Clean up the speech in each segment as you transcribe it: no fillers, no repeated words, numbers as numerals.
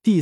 第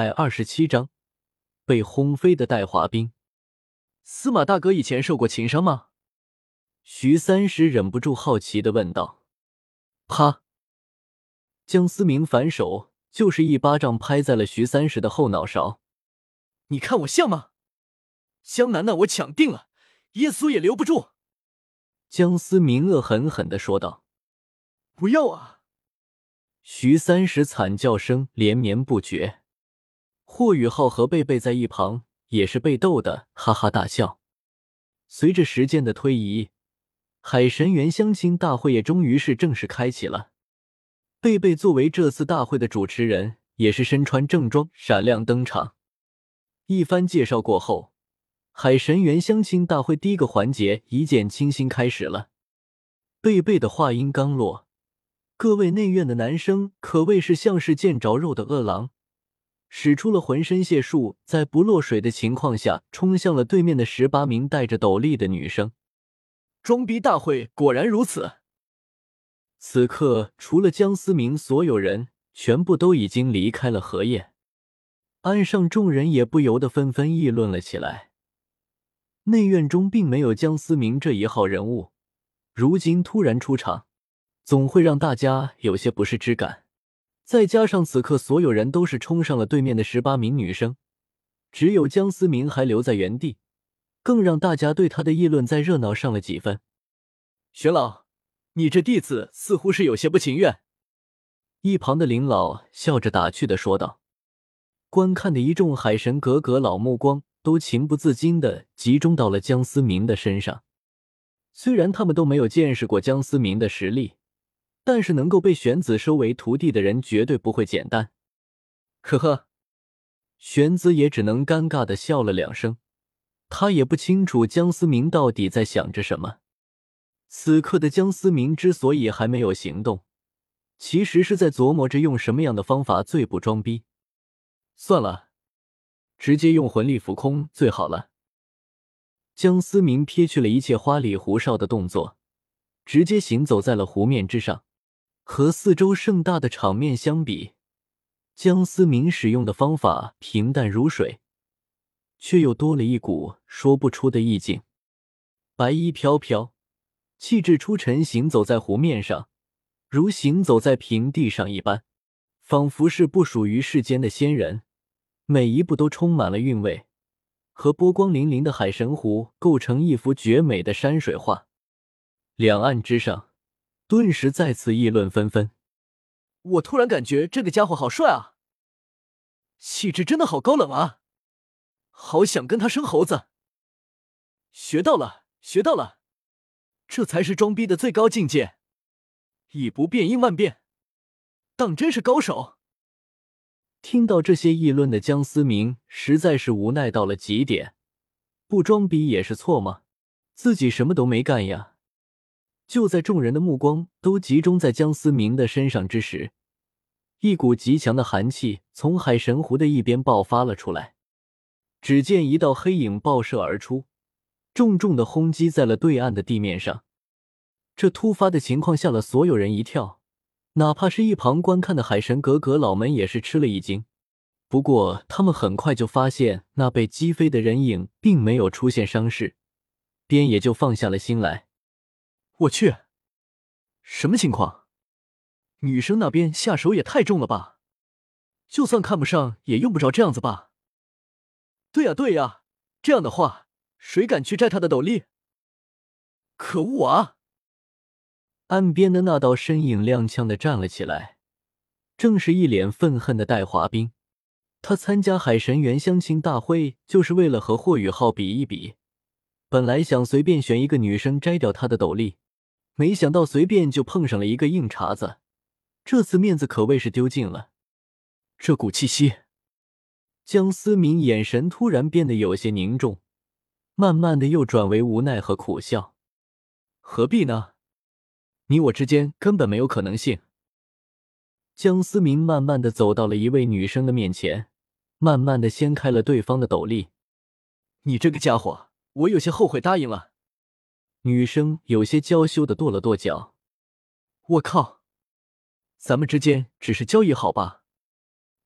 327章被轰飞的带滑冰。司马大哥以前受过情伤吗？徐三石忍不住好奇地问道。啪！江思明反手就是一巴掌拍在了徐三石的后脑勺。 你看我像吗？江南那我抢定了，耶稣也留不住。 江思明恶狠狠地说道。 不要啊！ 徐三石惨叫声连绵不绝。霍雨浩和贝贝在一旁也是被逗得哈哈大笑。随着时间的推移，海神园相亲大会也终于是正式开启了。贝贝作为这次大会的主持人，也是身穿正装闪亮登场。一番介绍过后，海神园相亲大会第一个环节一见倾心开始了。贝贝的话音刚落，各位内院的男生可谓是像是见着肉的饿狼，使出了浑身解数，在不落水的情况下冲向了对面的18名戴着斗笠的女生。 装逼大会果然如此。 此刻除了江思明，所有人全部都已经离开了荷叶。岸上众人也不由得纷纷议论了起来。内院中并没有江思明这一号人物，如今突然出场，总会让大家有些不适之感。再加上此刻所有人都是冲上了对面的18名女生，只有江思明还留在原地，更让大家对他的议论再热闹上了几分。 玄老，你这弟子似乎是有些不情愿。 一旁的林老笑着打趣地说道。观看的一众海神格格老目光都情不自禁地集中到了江思明的身上。虽然他们都没有见识过江思明的实力，但是能够被玄子收为徒弟的人绝对不会简单。呵呵，玄子也只能尴尬地笑了2声，他也不清楚江思明到底在想着什么。此刻的江思明之所以还没有行动，其实是在琢磨着用什么样的方法最不装逼。算了，直接用魂力浮空最好了。江思明撇去了一切花里胡哨的动作，直接行走在了湖面之上。和四周盛大的场面相比，江思明使用的方法平淡如水，却又多了一股说不出的意境。白衣飘飘，气质出尘，行走在湖面上，如行走在平地上一般，仿佛是不属于世间的仙人，每一步都充满了韵味，和波光粼粼的海神湖构成一幅绝美的山水画。两岸之上顿时再次议论纷纷。 我突然感觉这个家伙好帅啊，气质真的好高冷啊，好想跟他生猴子。学到了，学到了，这才是装逼的最高境界，以不变应万变，当真是高手。 听到这些议论的江思明实在是无奈到了极点，不装逼也是错吗？自己什么都没干呀。就在众人的目光都集中在江思明的身上之时，一股极强的寒气从海神湖的一边爆发了出来。只见一道黑影爆射而出，重重地轰击在了对岸的地面上。这突发的情况吓了所有人一跳，哪怕是一旁观看的海神格格老们也是吃了一惊。不过他们很快就发现那被击飞的人影并没有出现伤势，便也就放下了心来。 我去，什么情况？女生那边下手也太重了吧，就算看不上也用不着这样子吧。对呀对呀，这样的话谁敢去摘他的斗笠？可恶啊！ 岸边的那道身影踉跄地站了起来，正是一脸愤恨的戴华冰。他参加海神园相亲大会就是为了和霍雨浩比一比，本来想随便选一个女生摘掉她的斗笠，没想到随便就碰上了一个硬茬子，这次面子可谓是丢尽了。 这股气息， 江思明眼神突然变得有些凝重，慢慢的又转为无奈和苦笑。 何必呢？你我之间根本没有可能性。 江思明慢慢的走到了一位女生的面前，慢慢的掀开了对方的斗笠。 你这个家伙，我有些后悔答应了。 女生有些娇羞的跺了跺脚。 我靠，咱们之间只是交易好吧？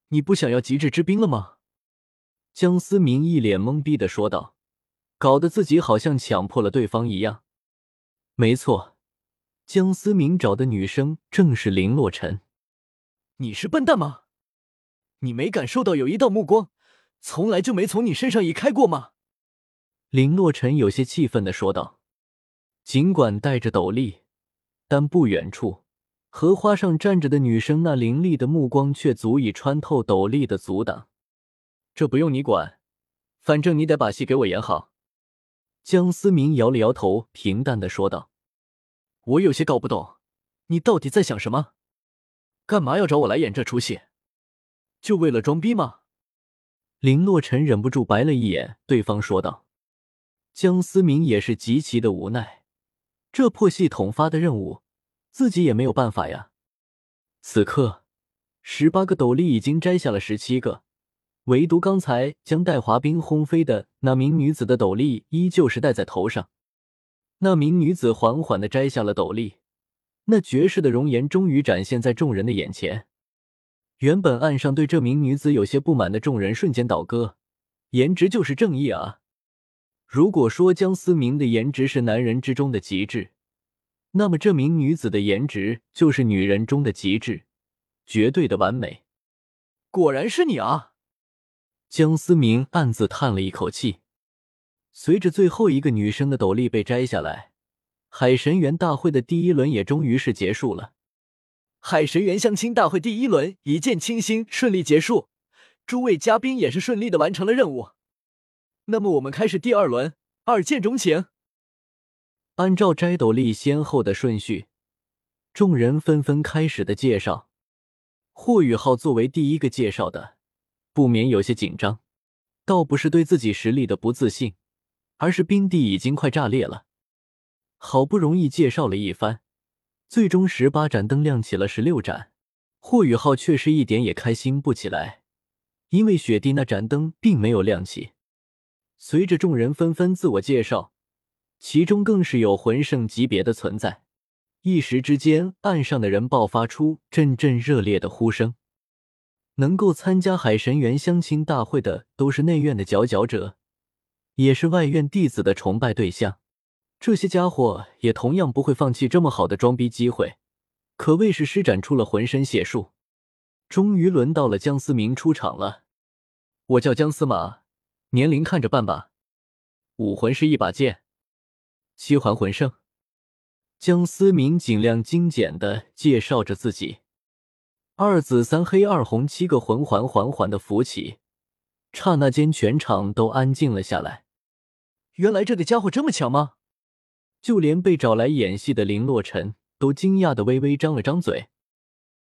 你不想要极致之冰了吗？ 江思明一脸懵逼的说道，搞得自己好像强迫了对方一样。没错，江思明找的女生正是林洛尘。 你是笨蛋吗？你没感受到有一道目光从来就没从你身上移开过吗？ 林洛尘有些气愤的说道。尽管带着斗笠，但不远处荷花上站着的女生那凌厉的目光却足以穿透斗笠的阻挡。这不用你管，反正你得把戏给我演好。江思明摇了摇头，平淡的说道。 我有些搞不懂，你到底在想什么？干嘛要找我来演这出戏？就为了装逼吗？ 林洛尘忍不住白了一眼对方，说道。江思明也是极其的无奈，这破系统发的任务，自己也没有办法呀。此刻18个斗笠已经摘下了17个，唯独刚才将戴华冰轰飞的那名女子的斗笠依旧是戴在头上。那名女子缓缓地摘下了斗笠，那绝世的容颜终于展现在众人的眼前。原本岸上对这名女子有些不满的众人瞬间倒戈，颜值就是正义啊！如果说江思明的颜值是男人之中的极致，那么这名女子的颜值就是女人中的极致，绝对的完美。 果然是你啊！ 江思明暗自叹了一口气。随着最后一个女生的斗笠被摘下来，海神园大会的第一轮也终于是结束了。 海神园相亲大会第一轮一见倾心顺利结束，诸位嘉宾也是顺利的完成了任务。那么我们开始第二轮，二见钟情。 按照摘斗笠先后的顺序，众人纷纷开始的介绍。霍雨浩作为第一个介绍的，不免有些紧张，倒不是对自己实力的不自信，而是冰地已经快炸裂了。好不容易介绍了一番，最终18盏灯亮起了16盏，霍雨浩却是一点也开心不起来，因为雪地那盏灯并没有亮起。随着众人纷纷自我介绍，其中更是有魂圣级别的存在，一时之间岸上的人爆发出阵阵热烈的呼声。能够参加海神园相亲大会的都是内院的佼佼者，也是外院弟子的崇拜对象。这些家伙也同样不会放弃这么好的装逼机会，可谓是施展出了浑身解数。终于轮到了江思明出场了。我叫江思马，年龄看着办吧。武魂是一把剑，7环魂圣。江思明尽量精简地介绍着自己。2紫3黑2红7个魂环缓缓地浮起，刹那间全场都安静了下来。 原来这个家伙这么强吗？ 就连被找来演戏的林洛尘都惊讶地微微张了张嘴。